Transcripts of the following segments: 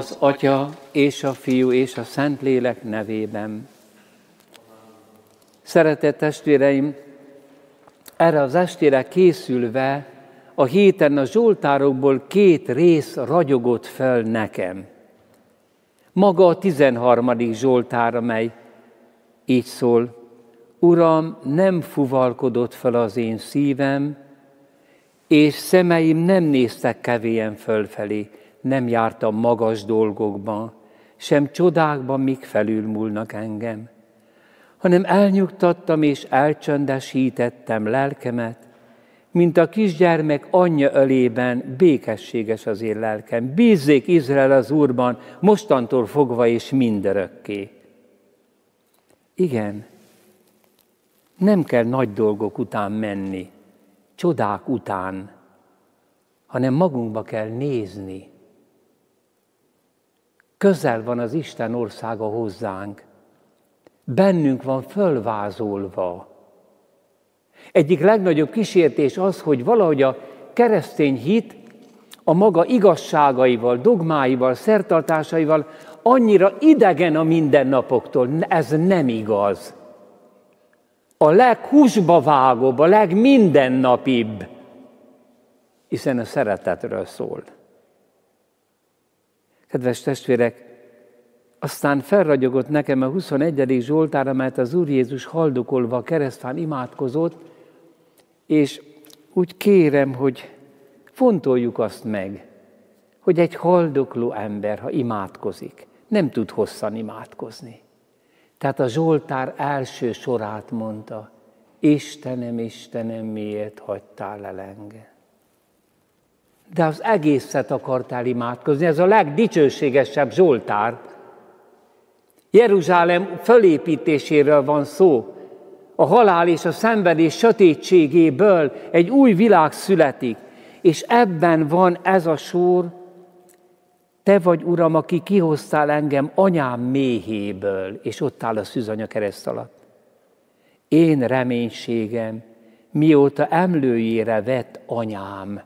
Az Atya és a Fiú és a Szentlélek nevében. Szeretett testvéreim, erre az estére készülve a héten a zsoltárokból 2 rész ragyogott fel nekem. Maga a 13. zsoltár, amely így szól: Uram, nem fuvalkodott fel az én szívem, és szemeim nem néztek kevélyen fölfelé, nem jártam magas dolgokban, sem csodákban, mik felülmúlnak engem, hanem elnyugtattam és elcsöndesítettem lelkemet, mint a kisgyermek anyja ölében békességes az én lelkem. Bízzék Izrael az Úrban, mostantól fogva és mindörökké. Igen, nem kell nagy dolgok után menni, csodák után, hanem magunkba kell nézni. Közel van az Isten országa hozzánk, bennünk van fölvázolva. Egyik legnagyobb kísértés az, hogy valahogy a keresztény hit a maga igazságaival, dogmáival, szertartásaival annyira idegen a mindennapoktól. Ez nem igaz. A leghúsba vágóbb, a legmizennapibb, hiszen a szeretetről szól. Kedves testvérek, aztán felragyogott nekem a 21. zsoltár, amelyet az Úr Jézus haldokolva a keresztfán imádkozott, és úgy kérem, hogy fontoljuk azt meg, hogy egy haldokló ember, ha imádkozik, nem tud hosszan imádkozni. Tehát a zsoltár első sorát mondta: Istenem, Istenem, miért hagytál el engem? De az egészet akartál imádkozni, ez a legdicsőségesebb zsoltár. Jeruzsálem fölépítéséről van szó. A halál és a szenvedés sötétségéből egy új világ születik, és ebben van ez a sor: Te vagy, Uram, aki kihoztál engem anyám méhéből, és ott áll a szűzanya kereszt alatt. Én reménységem, mióta emlőjére vett anyám.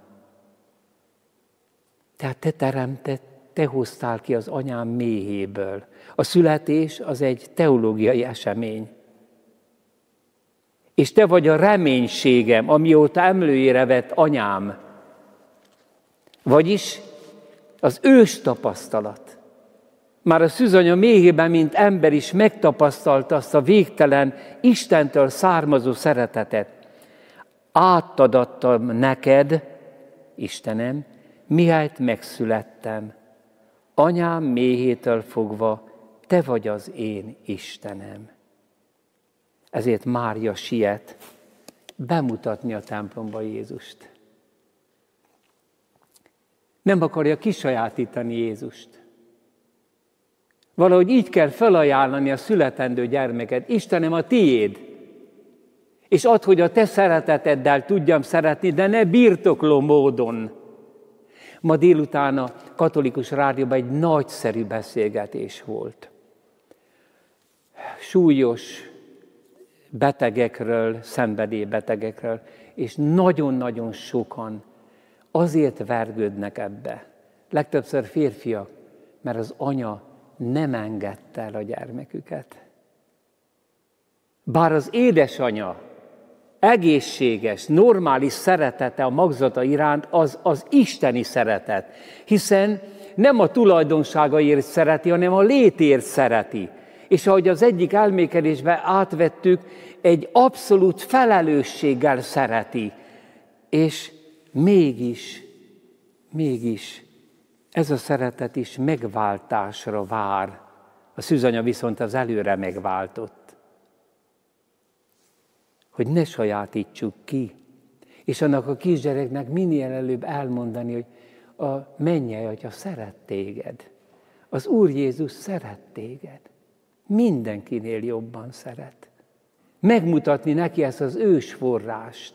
Tehát te teremtett, te hoztál ki az anyám méhéből. A születés az egy teológiai esemény. És te vagy a reménységem, amióta emlőjére vett anyám. Vagyis az ős tapasztalat. Már a szűzanya méhében, mint ember is megtapasztalta azt a végtelen, Istentől származó szeretetet. Átadattam neked, Istenem, mihelyt megszülettem. Anyám méhétől fogva, te vagy az én Istenem. Ezért Mária siet bemutatni a templomba Jézust. Nem akarja kisajátítani Jézust. Valahogy így kell felajánlani a születendő gyermeket. Istenem, a tiéd. És add, hogy a te szereteteddel tudjam szeretni, de ne birtokló módon. Ma délután a katolikus rádióban egy nagyszerű beszélgetés volt. Súlyos betegekről, szenvedélybetegekről, és nagyon-nagyon sokan azért vergődnek ebbe. Legtöbbször férfiak, mert az anya nem engedte el a gyermeküket. Bár az édesanya egészséges, normális szeretete a magzata iránt, az isteni szeretet. Hiszen nem a tulajdonságaiért szereti, hanem a létért szereti. És ahogy az egyik elmékedésben átvettük, egy abszolút felelősséggel szereti. És mégis ez a szeretet is megváltásra vár. A szűzanya viszont az előre megváltott. Hogy ne sajátítsuk ki, és annak a kisgyereknek minél előbb elmondani, hogy a mennyei Atya szeret téged. Az Úr Jézus szeret téged. Mindenkinél jobban szeret. Megmutatni neki ezt az ős forrást.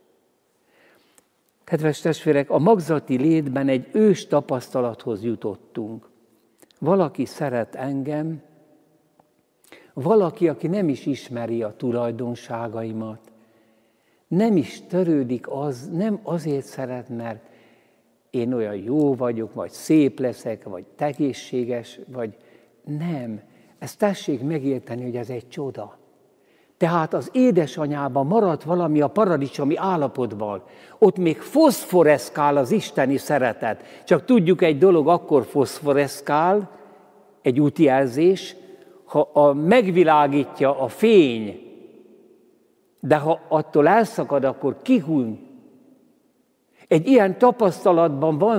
Kedves testvérek, a magzati létben egy ős tapasztalathoz jutottunk. Valaki szeret engem, valaki, aki nem is ismeri a tulajdonságaimat, nem is törődik nem azért szeret, mert én olyan jó vagyok, vagy szép leszek, vagy egészséges, vagy nem. Ezt tessék megérteni, hogy ez egy csoda. Tehát az édesanyában maradt valami a paradicsomi állapotban. Ott még foszforeszkál az isteni szeretet. Csak tudjuk, egy dolog akkor foszforeszkál, egy útjelzés, ha megvilágítja a fény, de ha attól elszakad, akkor kihúny. Egy ilyen tapasztalatban van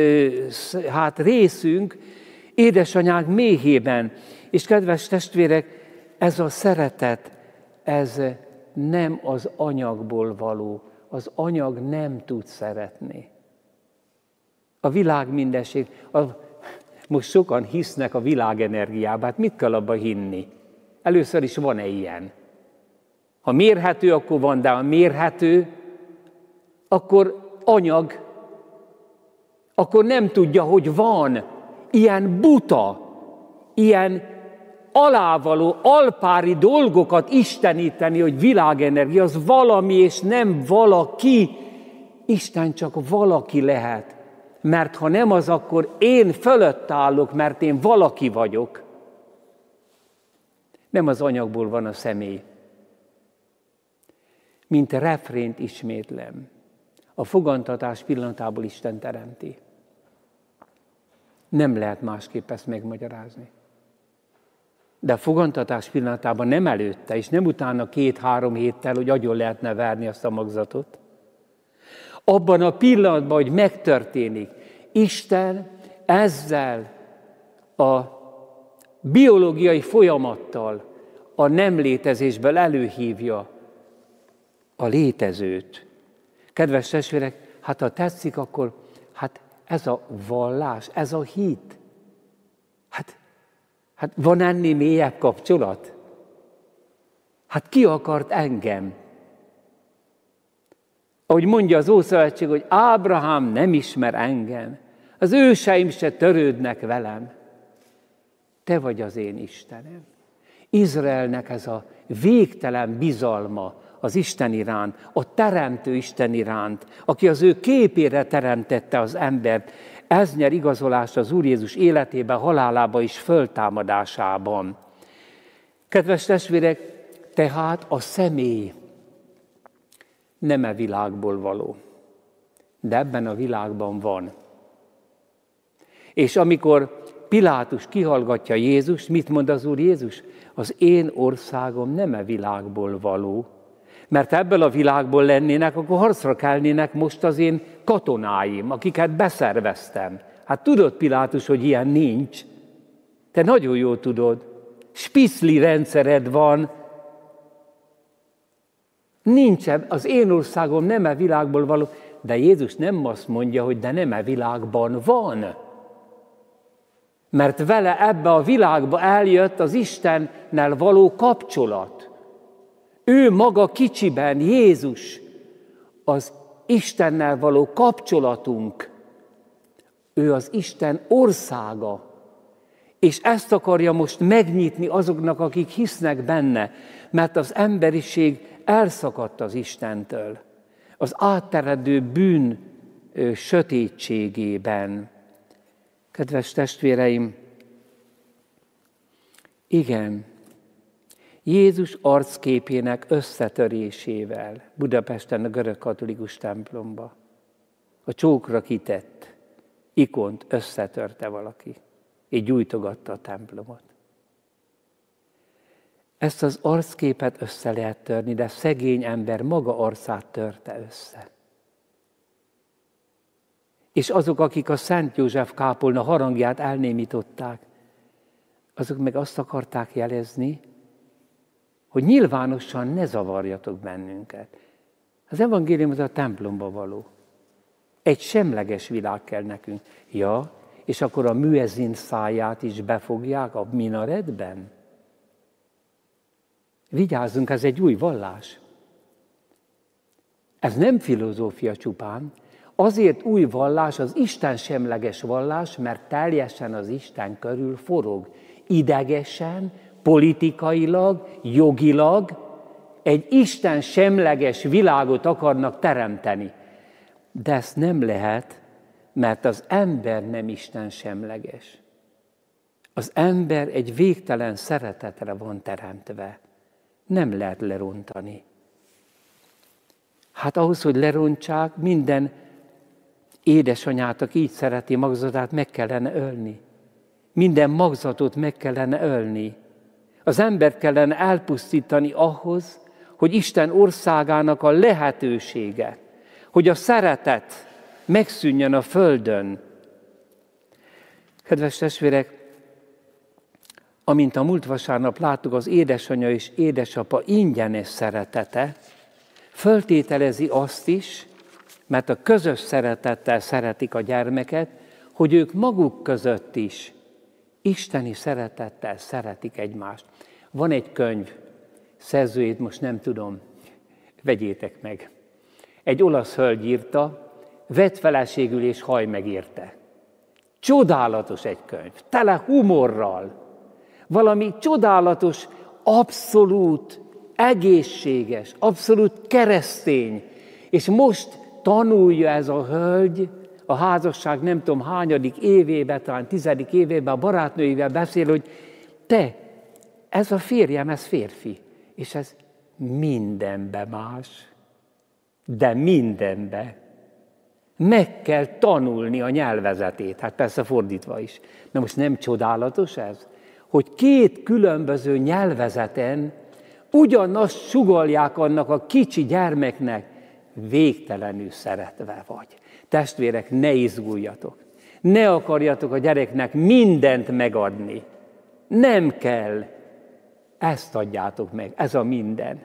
részünk édesanyánk méhében. És kedves testvérek, ez a szeretet, ez nem az anyagból való. Az anyag nem tud szeretni. A világ mindenség. Most sokan hisznek a világenergiába. Hát mit kell abba hinni? Először is van-e ilyen? Ha mérhető, akkor van, de ha mérhető, akkor anyag, akkor nem tudja, hogy van. Ilyen buta, ilyen alávaló, alpári dolgokat isteníteni, hogy világenergia, az valami és nem valaki. Isten csak valaki lehet. Mert ha nem az, akkor én fölött állok, mert én valaki vagyok. Nem az anyagból van a személy. Mint refrént ismétlem. A fogantatás pillanatából Isten teremti. Nem lehet másképp ezt megmagyarázni. De a fogantatás pillanatában nem előtte, és nem utána 2-3 héttel, hogy agyon lehetne verni azt a magzatot. Abban a pillanatban, hogy megtörténik, Isten ezzel a biológiai folyamattal a nem létezésből előhívja a létezőt. Kedves testvérek, hát ha tetszik, akkor ez a vallás, ez a hit. Hát van ennél mélyebb kapcsolat? Hát ki akart engem? Ahogy mondja az Ószövetség, hogy Ábrahám nem ismer engem, az őseim se törődnek velem. Te vagy az én Istenem. Izraelnek ez a végtelen bizalma az Isten iránt, a teremtő Isten iránt, aki az ő képére teremtette az embert, ez nyer igazolást az Úr Jézus életében, halálában és föltámadásában. Kedves testvérek, tehát a személy nem e világból való, de ebben a világban van. És amikor Pilátus kihallgatja Jézust, mit mond az Úr Jézus? Az én országom nem e világból való, mert ebből a világból lennének, akkor harcra kelnének most az én katonáim, akiket beszerveztem. Hát tudod, Pilátus, hogy ilyen nincs. Te nagyon jól tudod. Spiszli rendszered van. Nincs, az én országom nem e világból való. De Jézus nem azt mondja, hogy de nem e világban van. Mert vele ebbe a világba eljött az Istennel való kapcsolat. Ő maga kicsiben, Jézus, az Istennel való kapcsolatunk. Ő az Isten országa. És ezt akarja most megnyitni azoknak, akik hisznek benne, mert az emberiség elszakadt az Istentől. Az átteredő bűn sötétségében. Kedves testvéreim, igen, Jézus arcképének összetörésével Budapesten a görögkatolikus templomba a csókra kitett ikont összetörte valaki, és gyújtogatta a templomot. Ezt az arcképet össze lehet törni, de szegény ember maga arcát törte össze. És azok, akik a Szent József kápolna harangját elnémították, azok meg azt akarták jelezni, hogy nyilvánosan ne zavarjatok bennünket. Az evangélium az a templomba való. Egy semleges világ kell nekünk. Ja, és akkor a müezzin száját is befogják a minaretben? Vigyázzunk, ez egy új vallás. Ez nem filozófia csupán. Azért új vallás, az Isten semleges vallás, mert teljesen az Isten körül forog. Idegesen, politikailag, jogilag egy Isten semleges világot akarnak teremteni. De ezt nem lehet, mert az ember nem Isten semleges. Az ember egy végtelen szeretetre van teremtve. Nem lehet lerontani. Hát ahhoz, hogy lerontsák, minden édesanyát, aki így szereti magzatát, meg kellene ölni. Minden magzatot meg kellene ölni. Az embert kellene elpusztítani ahhoz, hogy Isten országának a lehetősége, hogy a szeretet megszűnjön a földön. Kedves testvérek, amint a múlt vasárnap láttuk, az édesanyja és édesapa ingyenes szeretete föltételezi azt is, mert a közös szeretettel szeretik a gyermeket, hogy ők maguk között is isteni szeretettel szeretik egymást. Van egy könyv, szerzőjét most nem tudom, vegyétek meg. Egy olasz hölgy írta, vett feleségül és haj megérte. Csodálatos egy könyv, tele humorral. Valami csodálatos, abszolút egészséges, abszolút keresztény. És most tanulja ez a hölgy, a házasság nem tudom hányadik évében, talán 10. évében a barátnőivel beszél, hogy te, ez a férjem, ez férfi, és ez mindenbe más, de mindenbe. Meg kell tanulni a nyelvezetét, hát persze fordítva is. Na most nem csodálatos ez? Hogy két különböző nyelvezeten ugyanazt sugallják annak a kicsi gyermeknek, végtelenül szeretve vagy. Testvérek, ne izguljatok. Ne akarjatok a gyereknek mindent megadni. Nem kell. Ezt adjátok meg, ez a minden.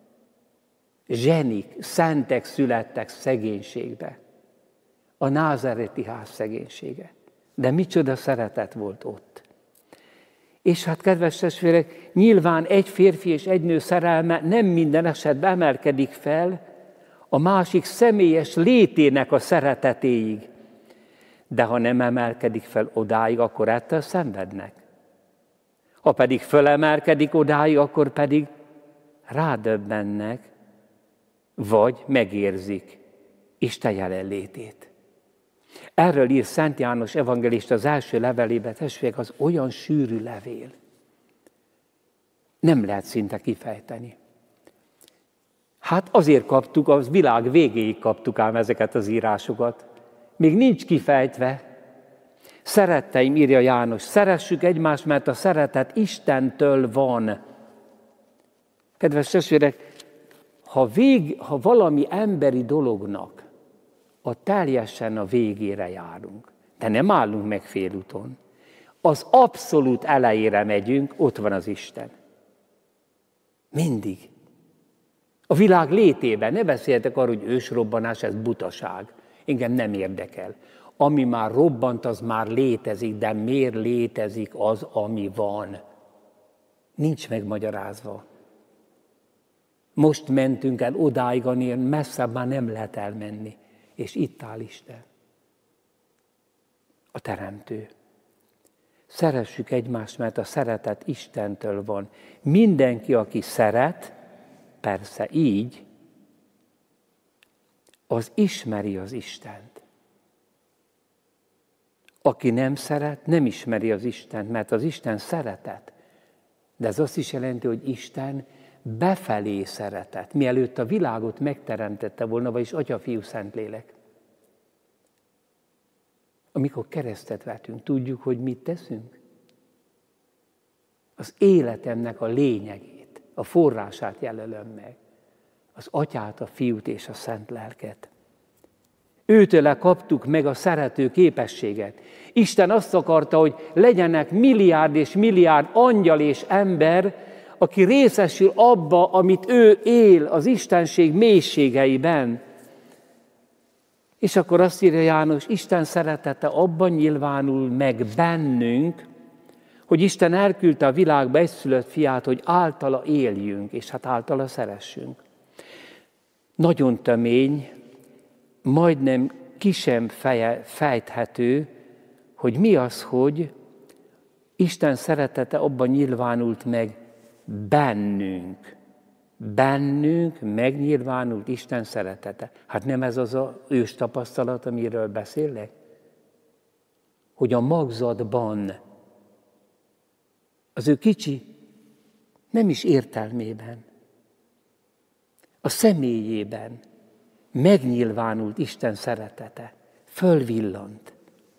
Zsenik, szentek születtek szegénységbe. A názáreti ház szegénysége. De micsoda szeretet volt ott. És hát, kedves testvérek, nyilván egy férfi és egy nő szerelme nem minden esetben emelkedik fel a másik személyes létének a szeretetéig. De ha nem emelkedik fel odáig, akkor ettől szenvednek. Ha pedig fölemelkedik odáig, akkor pedig rádöbbennek, vagy megérzik Isten jelenlétét. Erről ír Szent János evangélista az első levelébe, testvérek, az olyan sűrű levél. Nem lehet szinte kifejteni. Hát azért kaptuk, az világ végéig kaptuk ám ezeket az írásokat. Még nincs kifejtve. Szeretteim, írja János, szeressük egymást, mert a szeretet Istentől van. Kedves testvérek, ha valami emberi dolognak teljesen a végére járunk, de nem állunk meg félúton, az abszolút elejére megyünk, ott van az Isten. Mindig. A világ létében, ne beszéljetek arról, hogy ősrobbanás, ez butaság. Engem nem érdekel. Ami már robbant, az már létezik, de miért létezik az, ami van? Nincs megmagyarázva. Most mentünk el odáig, annél messzebb már nem lehet elmenni. És itt áll Isten, a Teremtő. Szeressük egymást, mert a szeretet Istentől van. Mindenki, aki szeret, persze így, az ismeri az Istent. Aki nem szeret, nem ismeri az Istent, mert az Isten szeretet. De ez azt is jelenti, hogy Isten befelé szeretett, mielőtt a világot megteremtette volna, vagyis Atya, Fiú, Szentlélek. Amikor keresztet vetünk, tudjuk, hogy mit teszünk? Az életemnek a lényegét, a forrását jelölöm meg. Az Atyát, a Fiút és a Szent Lelket. Őtőle kaptuk meg a szerető képességet. Isten azt akarta, hogy legyenek milliárd és milliárd angyal és ember, aki részesül abba, amit ő él az Istenség mélységeiben. És akkor azt írja János, Isten szeretete abban nyilvánul meg bennünk, hogy Isten elküldte a világba egyszülött fiát, hogy általa éljünk, és hát általa szeressünk. Nagyon tömény, majdnem ki sem fejthető, hogy mi az, hogy Isten szeretete abban nyilvánult meg bennünk. Bennünk megnyilvánult Isten szeretete. Hát nem ez az az ős tapasztalat, amiről beszélek? hogy a magzatban, az ő kicsi, nem is értelmében, a személyében megnyilvánult Isten szeretete, fölvillant.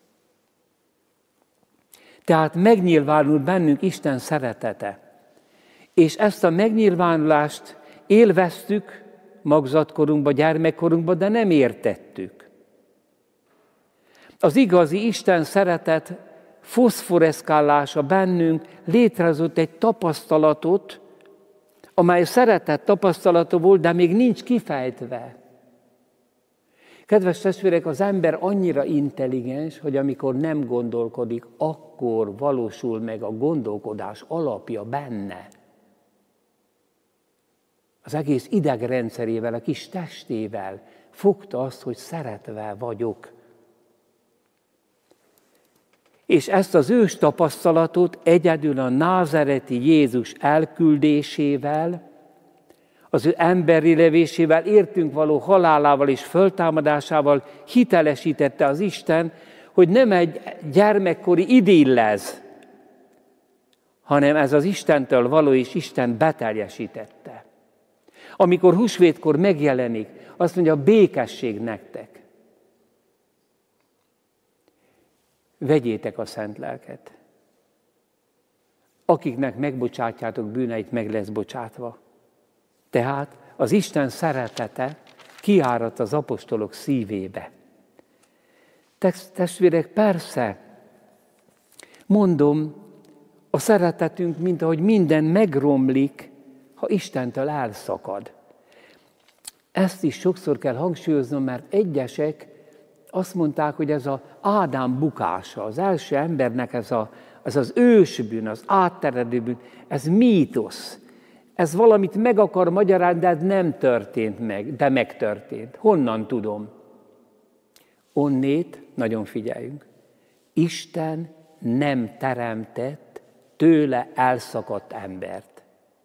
Tehát megnyilvánult bennünk Isten szeretete, és ezt a megnyilvánulást élveztük magzatkorunkban, gyermekkorunkban, de nem értettük. Az igazi Isten szeretet foszforeszkálása bennünk létrehozott egy tapasztalatot, amely szeretet tapasztalata volt, de még nincs kifejtve. Kedves testvérek, az ember annyira intelligens, hogy amikor nem gondolkodik, akkor valósul meg a gondolkodás alapja benne. Az egész idegrendszerével, a kis testével fogta azt, hogy szeretve vagyok. És ezt az ős tapasztalatot egyedül a názáreti Jézus elküldésével, az ő emberi levésével, értünk való halálával és föltámadásával hitelesítette az Isten, hogy nem egy gyermekkori idillez, hanem ez az Istentől való, és Isten beteljesítette. Amikor húsvétkor megjelenik, azt mondja, békesség nektek. Vegyétek a szent lelket. Akiknek megbocsátjátok bűneit, meg lesz bocsátva. Tehát az Isten szeretete kiáradt az apostolok szívébe. Testvérek, persze, mondom, a szeretetünk, mint ahogy minden megromlik, ha Istentől elszakad. Ezt is sokszor kell hangsúlyoznom, mert egyesek azt mondták, hogy ez az Ádám bukása, az első embernek ez az ősbűn, az átteredő bűn, ez mítosz. Ez valamit meg akar magyarázni, de ez nem történt meg, de megtörtént. Honnan tudom? Onnét, nagyon figyeljünk, Isten nem teremtett tőle elszakadt embert.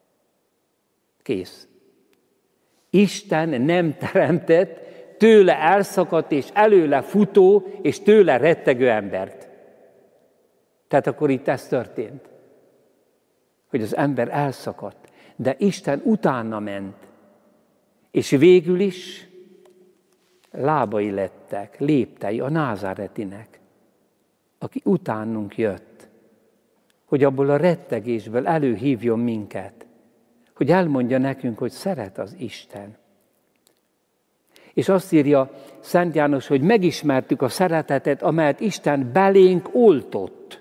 Kész. Isten nem teremtett tőle elszakadt és előle futó és tőle rettegő embert. Tehát akkor itt ez történt, hogy az ember elszakadt, de Isten utána ment, és végül is lábai lettek, léptei a názáretinek, aki utánunk jött, hogy abból a rettegésből előhívjon minket, hogy elmondja nekünk, hogy szeret az Isten. És azt írja Szent János, hogy megismertük a szeretetet, amelyet Isten belénk oltott.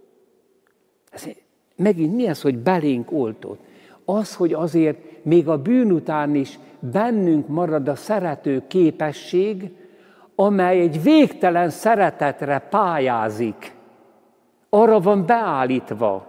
Megint mi az, hogy belénk oltott? Az, hogy azért még a bűn után is bennünk marad a szerető képesség, amely egy végtelen szeretetre pályázik. Arra van beállítva.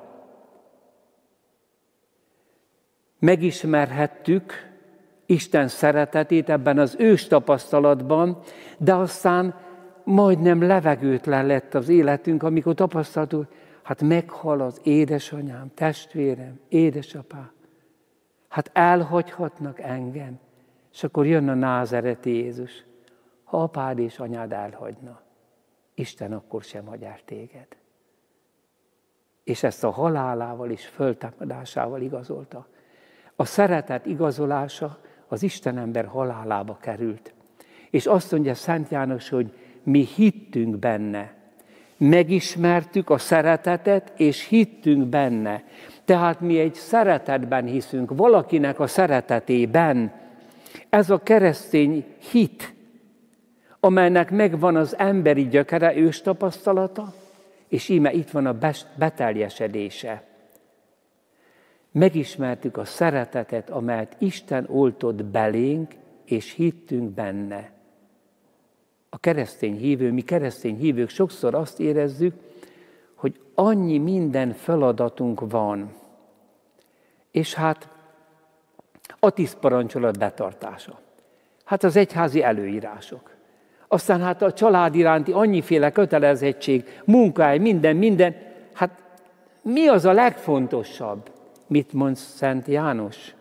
Megismerhettük Isten szeretetét ebben az ős tapasztalatban, de aztán majdnem levegőtlen lett az életünk, amikor tapasztaltuk, hát meghal az édesanyám, testvérem, édesapám. Hát elhagyhatnak engem. És akkor jön a názáreti Jézus. Ha apád és anyád elhagyna, Isten akkor sem hagy el téged. És ezt a halálával és föltámadásával igazolta. A szeretet igazolása az Istenember halálába került. És azt mondja Szent János, hogy mi hittünk benne. Megismertük a szeretetet, és hittünk benne. Tehát mi egy szeretetben hiszünk, valakinek a szeretetében. Ez a keresztény hit, amelynek megvan az emberi gyökere, őstapasztalata, és íme itt van a beteljesedése. Megismertük a szeretetet, amelyet Isten oltott belénk, és hittünk benne. A keresztény hívő, mi keresztény hívők sokszor azt érezzük, hogy annyi minden feladatunk van. És hát a 10 parancsolat betartása. Hát az egyházi előírások. Aztán hát a család iránti annyiféle kötelezettség, munkahely, minden. Hát mi az a legfontosabb? Mit mond Szent János?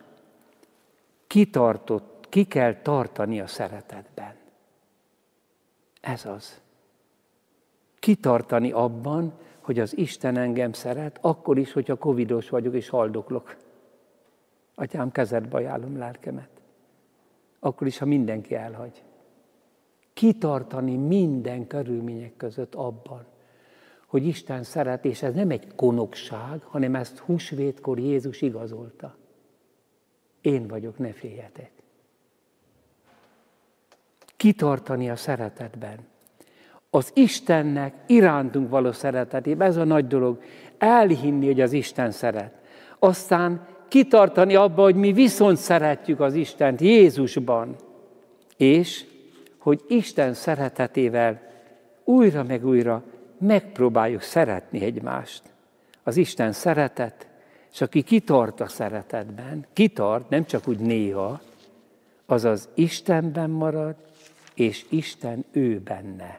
Ki kell tartani a szeretetben. Ez az. Kitartani abban, hogy az Isten engem szeret, akkor is, hogyha covidos vagyok és haldoklok. Atyám, kezedbe ajánlom lelkemet. Akkor is, ha mindenki elhagy. Kitartani minden körülmények között abban, hogy Isten szeret, és ez nem egy konokság, hanem ezt húsvétkor Jézus igazolta. Én vagyok, ne féljetek. Kitartani a szeretetben. Az Istennek irántunk való szeretetében, ez a nagy dolog, elhinni, hogy az Isten szeret. Aztán kitartani abba, hogy mi viszont szeretjük az Istent Jézusban, és hogy Isten szeretetével újra meg újra megpróbáljuk szeretni egymást. Az Isten szeretet, és aki kitart a szeretetben, kitart, nem csak úgy néha, az az Istenben marad, és Isten ő benne.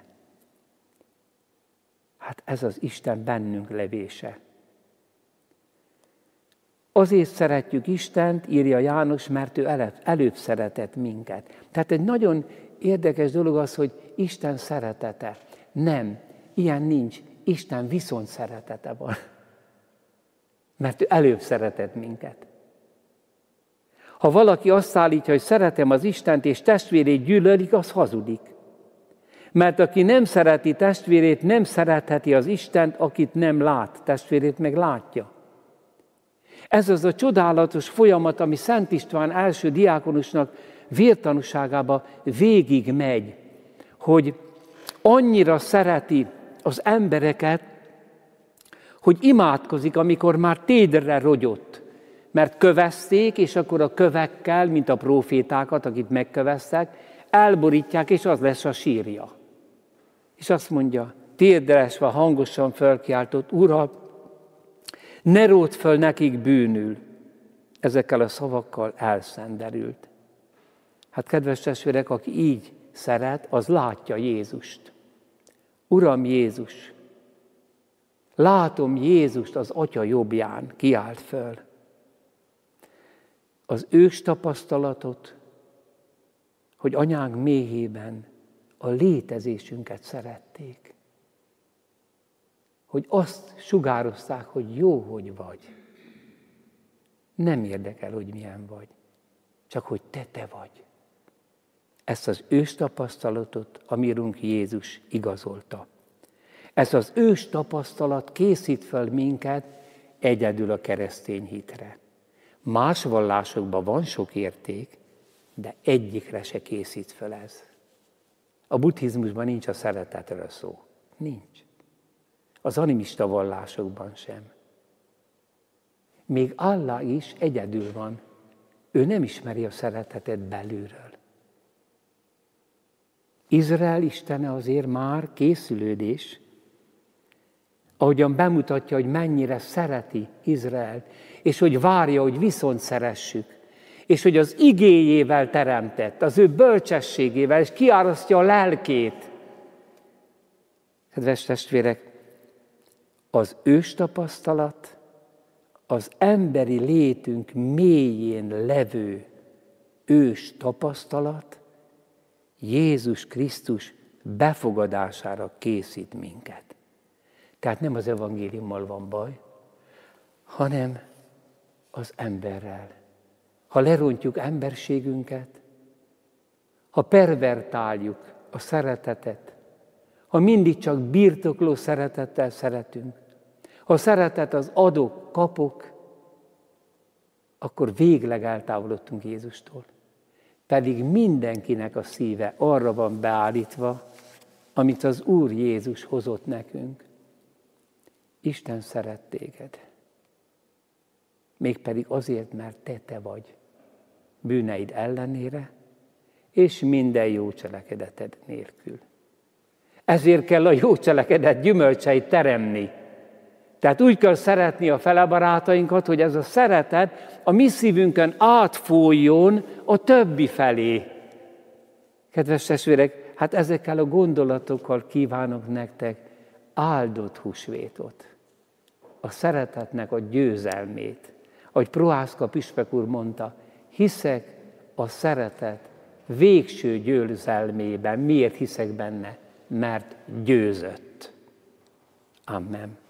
Hát ez az Isten bennünk levése. Azért szeretjük Istent, írja János, mert ő előbb szeretett minket. Tehát egy nagyon érdekes dolog az, hogy Isten szeretete. Nem, ilyen nincs. Isten viszont szeretete van. Mert ő előbb szeretett minket. Ha valaki azt állítja, hogy szeretem az Istent, és testvérét gyűlölik, az hazudik. Mert aki nem szereti testvérét, nem szeretheti az Istent, akit nem lát, testvérét meg látja. Ez az a csodálatos folyamat, ami Szent István első diákonusnak vértanúságába végig megy, hogy annyira szereti az embereket, hogy imádkozik, amikor már tédre rogyott. Mert kövezték, és akkor a kövekkel, mint a prófétákat, akit megköveztek, elborítják, és az lesz a sírja. És azt mondja, térdre esve hangosan fölkiáltott, Uram, ne ródd föl nekik bűnül. Ezekkel a szavakkal elszenderült. Hát kedves testvérek, aki így szeret, az látja Jézust. Uram Jézus, látom Jézust az Atya jobbján, kiált föl. Az ős tapasztalatot, hogy anyánk méhében a létezésünket szerették. Hogy azt sugározták, hogy jó, hogy vagy. Nem érdekel, hogy milyen vagy, csak hogy te vagy. Ezt az ős tapasztalatot a mi Urunk Jézus igazolta. Ez az ős tapasztalat készít fel minket egyedül a keresztény hitre. Más vallásokban van sok érték, de egyikre se készít fel ez. A buddhizmusban nincs a szeretetről szó. Nincs. Az animista vallásokban sem. Még Allah is egyedül van. Ő nem ismeri a szeretetet belülről. Izrael istene azért már készülődés, ahogyan bemutatja, hogy mennyire szereti Izraelt, és hogy várja, hogy viszont szeressük, és hogy az igéjével teremtett, az ő bölcsességével, és kiárasztja a lelkét. Kedves testvérek, az ős tapasztalat, az emberi létünk mélyén levő ős tapasztalat Jézus Krisztus befogadására készít minket. Tehát nem az evangéliummal van baj, hanem az emberrel. Ha lerontjuk emberségünket, ha pervertáljuk a szeretetet, ha mindig csak birtokló szeretettel szeretünk, ha a szeretet az adok, kapok, akkor végleg eltávolodtunk Jézustól. Pedig mindenkinek a szíve arra van beállítva, amit az Úr Jézus hozott nekünk. Isten szeret téged. Mégpedig azért, mert te vagy. Bűneid ellenére, és minden jó cselekedeted nélkül. Ezért kell a jó cselekedet gyümölcseit teremni. Tehát úgy kell szeretni a felebarátainkat, hogy ez a szeretet a mi szívünkön átfújjon a többi felé. Kedves testvérek, hát ezekkel a gondolatokkal kívánok nektek áldott húsvétot. A szeretetnek a győzelmét. Ahogy Prohászka püspök úr mondta, hiszek a szeretet végső győzelmében. Miért hiszek benne? Mert győzött. Amen.